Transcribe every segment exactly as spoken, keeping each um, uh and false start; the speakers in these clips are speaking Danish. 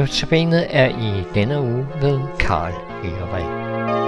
Notabenet er i denne uge ved Karl Øhre.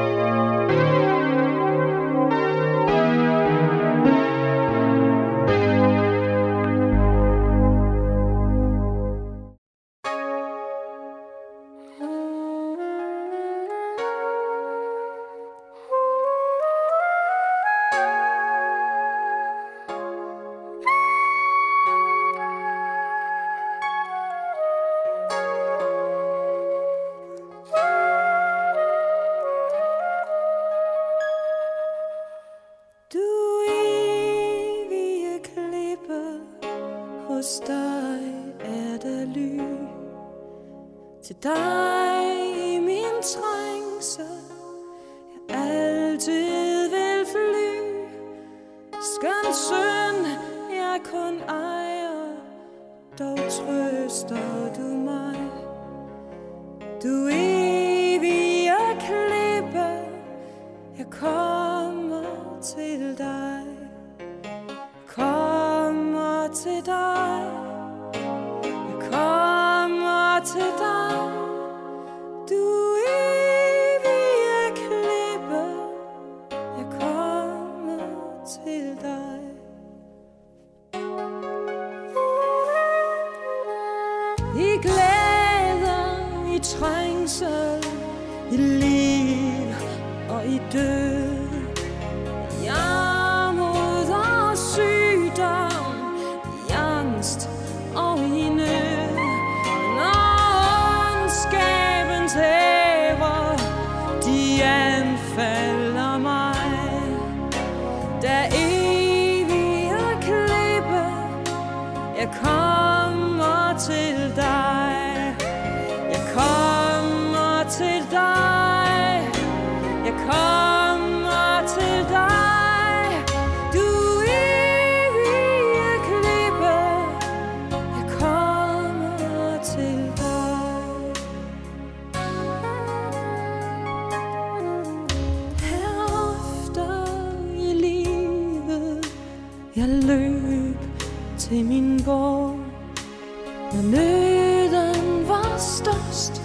Hos dig er der ly, til dig i min trængsel, jeg altid vil fly. Skøn synd jeg kun ejer, dog trøster du mig. Du evige klippe, jeg kommer til dig, kommer til dig. Til dig, du evige klippe, jeg kommer til dig. I glæder, i trængsel, i liv og i død, i armod og sygdom, i angst og i nød. Falder mig, der evige klippe, jeg kommer til dig, jeg kommer til dig, jeg kommer til dig, du evige klippe, jeg kommer til dig. Jeg løb til min borg, når nøden var størst,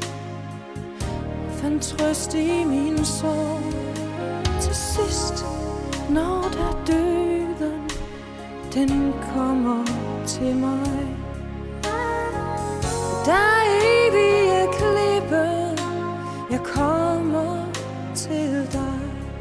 fandt trøst i min sorg. Til sidst, når der døden, den kommer til mig. Der evige klippe, jeg kommer til dig.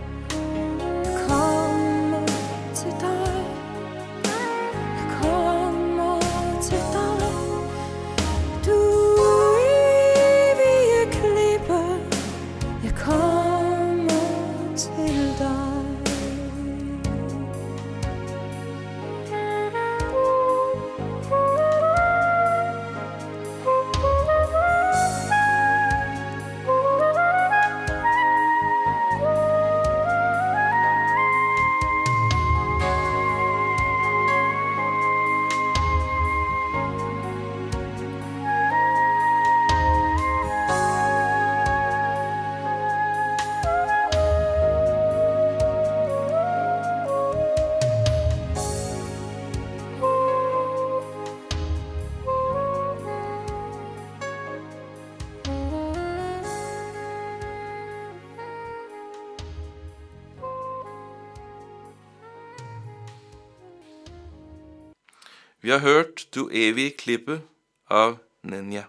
Vi har hørt Du evige klippe av Nenya.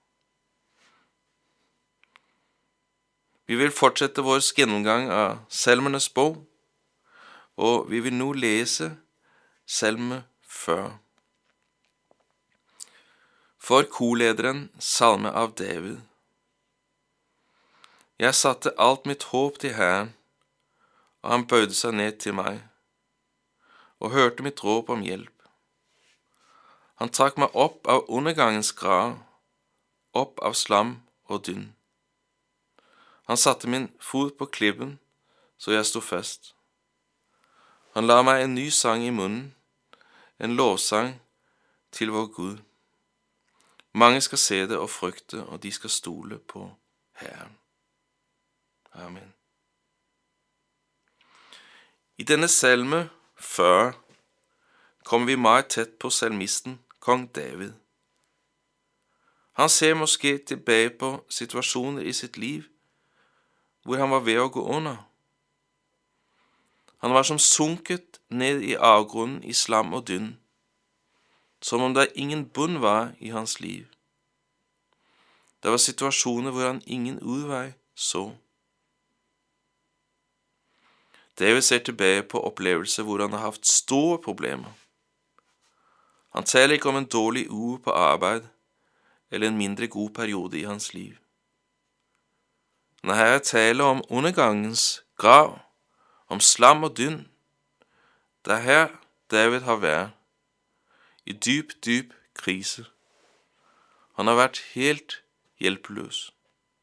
Vi vil fortsette vores gennemgang af Salmernes bog, og vi vil nu læse salme fyrre. For kolederen, salme av David. Jeg satte alt mit håb til Herren, og han bøyde sig ned til mig, og hørte mit råb om hjælp. Han trak mig op av undergangens grav, op av slam og dynn. Han satte min fod på klippen, så jeg stod fast. Han la mig en ny sang i munden, en lovsang til vor Gud. Mange skal se det og frygte, og de skal stole på Herren. Amen. I denne salme fyrre kommer vi meget tæt på salmisten, kong David. Han ser måske tilbage på situationer i sit liv, hvor han var ved at gå under. Han var som sunket ned i avgrunden i slam og dynn, som om der ingen bund var i hans liv. Det var situationer hvor han ingen udvej så. David ser tilbage på oplevelser hvor han har haft store problemer. Han taler ikke om en dårlig uge på arbejde, eller en mindre god periode i hans liv. Når her taler om undergangens grav, om slam og dynn, det er her David har været, i dyb, dyb krise. Han har været helt hjælpeløs.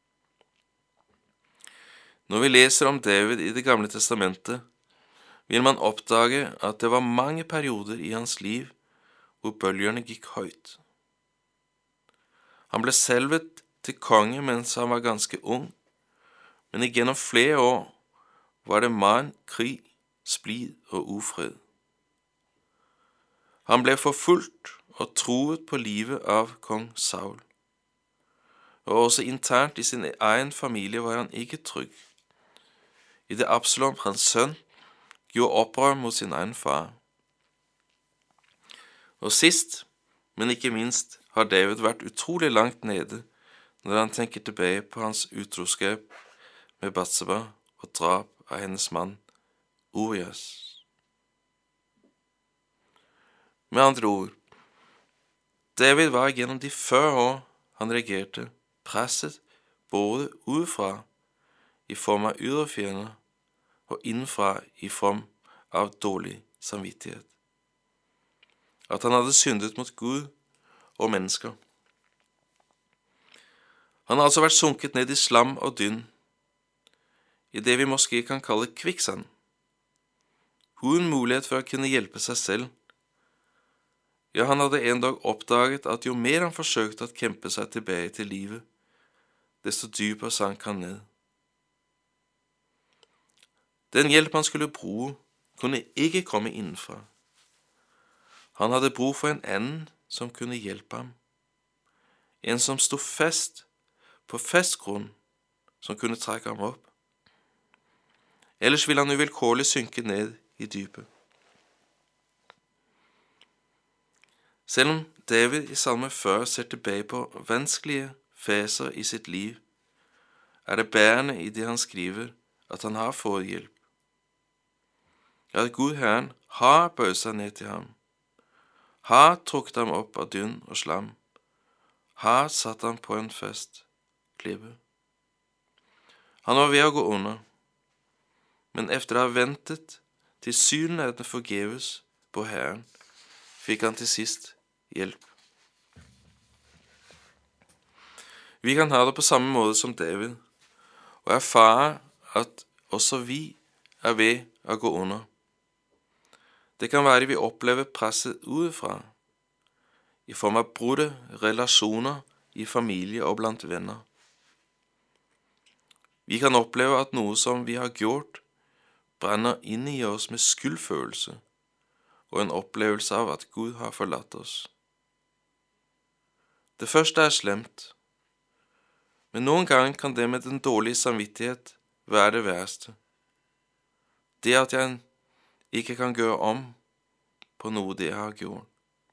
Når vi læser om David i det gamle testamentet, vil man opdage, at det var mange perioder i hans liv, hvor bølgerne gik højt. Han blev salvet til konge, mens han var ganske ung, men igennem flere år var det meget krig, splid og ufred. Han blev forfulgt og truet på livet af kong Saul. Og også internt i sin egen familie var han ikke tryg. I det Absalom, hans søn, gjorde oprør mod sin egen far. Og sidst, men ikke mindst, har David været utrolig langt nede, når han tænker tilbage på hans utroskab med Batseba og drab af hendes mand, Urias. Med andre ord, David var igennem de fyrre år, han regerede, presset både udefra i form af ydre fjender og indenfra i form af dårlig samvittighed. At han havde syndet mod Gud og mennesker. Han har altså været sunket ned i slam og dynn, i det vi måske kan kalde kviksand, uden mulighed for at kunne hjælpe sig selv. Ja, han havde en dag opdaget, at jo mer han forsøgte at kæmpe sig tilbage til livet, desto dybere sank han ned. Den hjælp han skulle bruge, kunne ikke komme indenfra. Han havde brug for en anden, som kunne hjælpe ham. En som stod fast på fast grund, som kunne trække ham op. Ellers ville han uvilkårligt synke ned i dybet. Selvom David i salme fyrre ser tilbage på vanskelige faser i sit liv, er det bærende i det han skriver, at han har fået hjælp. At Gud Herren har bøjet sig ned til ham, har trukket ham op af dynn og slam, har sat ham på en fast klippe. Han var ved at gå under, men efter at have ventet til synlædende forgæves på Herren, fik han til sidst hjælp. Vi kan have det på samme måde som David, og erfare, at også vi er ved at gå under. Det kan være, at vi oplever presset udefra, i form af brudte relationer i familie og blandt venner. Vi kan opleve, at noget, som vi har gjort, brænder inde i os med skyldfølelse, og en oplevelse af, at Gud har forladt os. Det første er slemt, men nogle gange kan det med den dårlige samvittighed være det værste. Det at jeg ikke kan gøre om på noget, det jeg har gjort.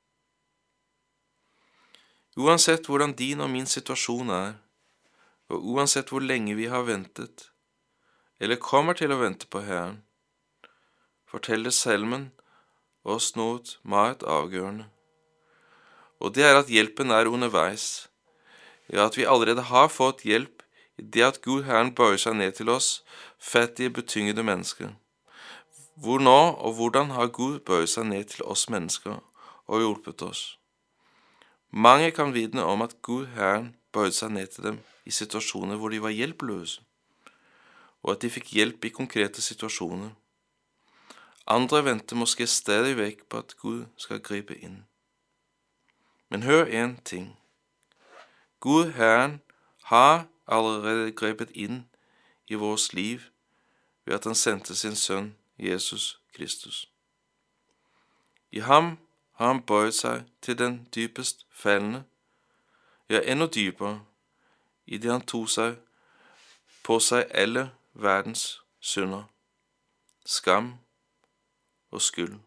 Uansett hvordan din og min situation er, og uansett hvor længe vi har ventet, eller kommer til at vente på Herren, fortæller salmen os noget meget afgørende. Og det er, at hjælpen er undervejs. Ja, at vi allerede har fået hjælp i det, at Gud Herren bøjer sig ned til os, fattige, betyngede mennesker. Hvornår og hvordan har Gud bøjet sig ned til os mennesker og hjulpet os? Mange kan vidne om, at Gud Herren bøjede sig ned til dem i situationer, hvor de var hjælpeløse, og at de fik hjælp i konkrete situationer. Andre venter måske stadigvæk på, at Gud skal gribe ind. Men hør en ting. Gud Herren har allerede grebet ind i vores liv, ved at han sendte sin søn, Jesus Kristus. I ham har han bøjet sig til den dybest faldende, ja endnu dybere, i det han tog sig på sig alle verdens synder, skam og skyld.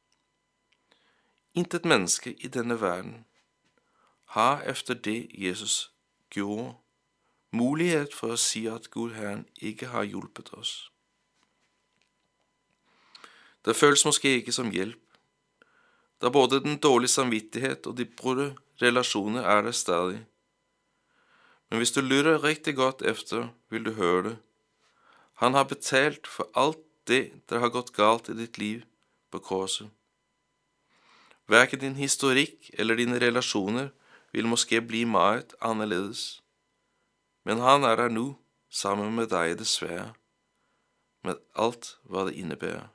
Intet menneske i denne verden har efter det Jesus gjorde, mulighed for at sige, at Gud Herren ikke har hjulpet os. Det føles måske ikke som hjælp, da både den dårlige samvittighed og de brudte relationer er der stadig. Men hvis du lytter rigtig godt efter, vil du høre det. Han har betalt for alt det, der har gått galt i dit liv på korset. Hverken din historik eller dine relationer vil måske blive meget anderledes. Men han er der nu, sammen med dig desværre, med alt hvad det indebærer.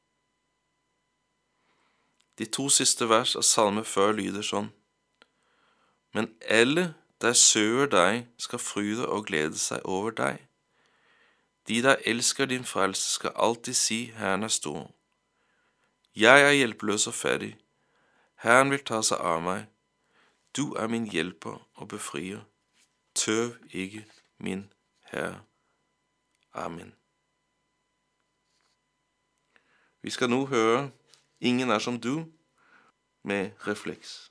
De to sidste vers af salme fyrre lyder sådan: Men alle, der søger dig, skal fryde og glæde sig over dig. De, der elsker din frelse, skal altid sige, Herren er stor. Jeg er hjælpeløs og fattig. Herren vil tage sig af mig. Du er min hjælper og befrier. Tøv ikke, min Herre. Amen. Vi skal nu høre Ingen er som du med Refleks.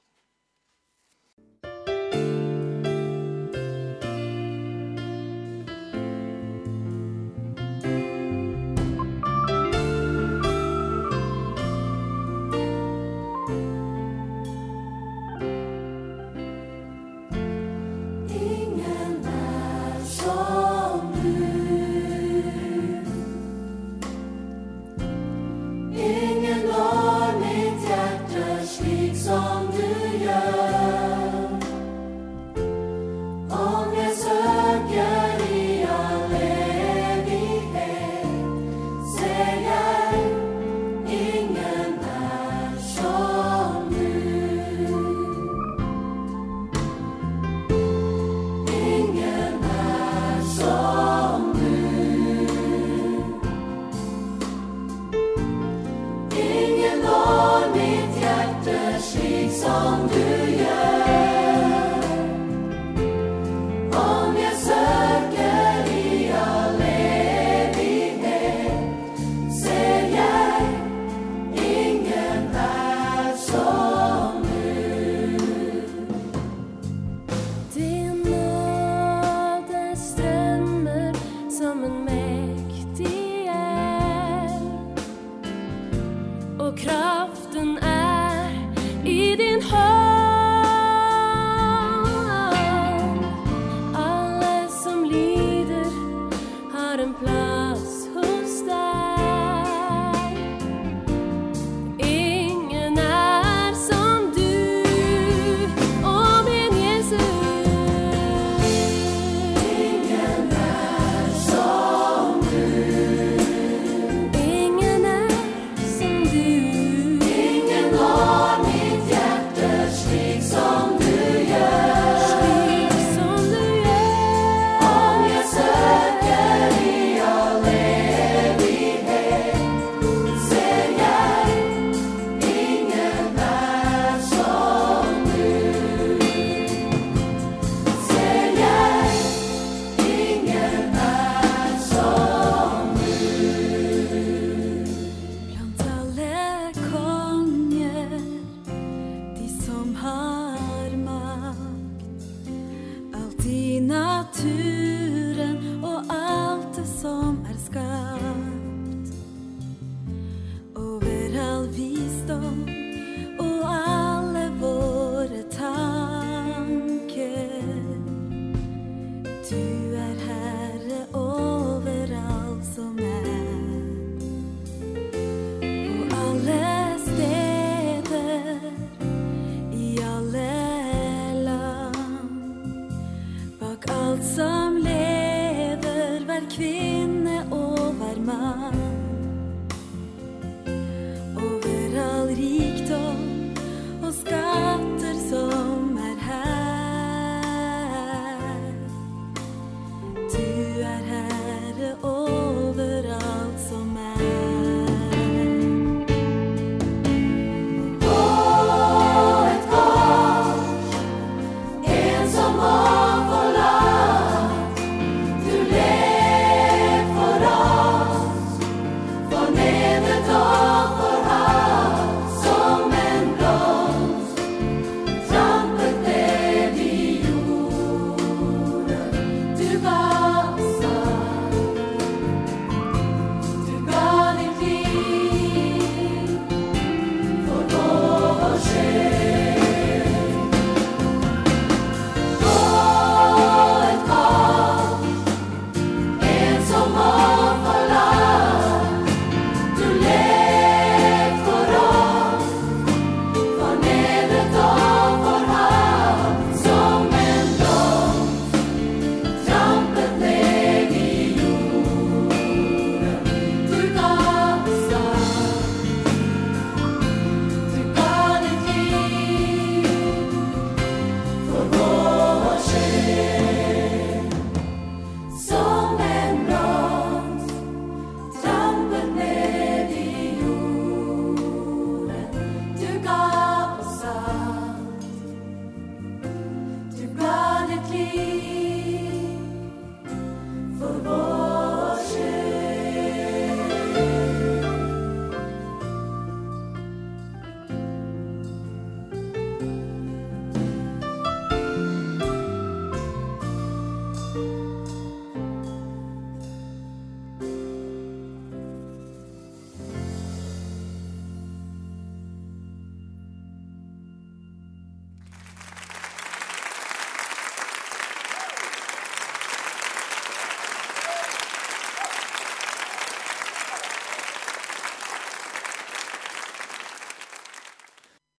Kraften är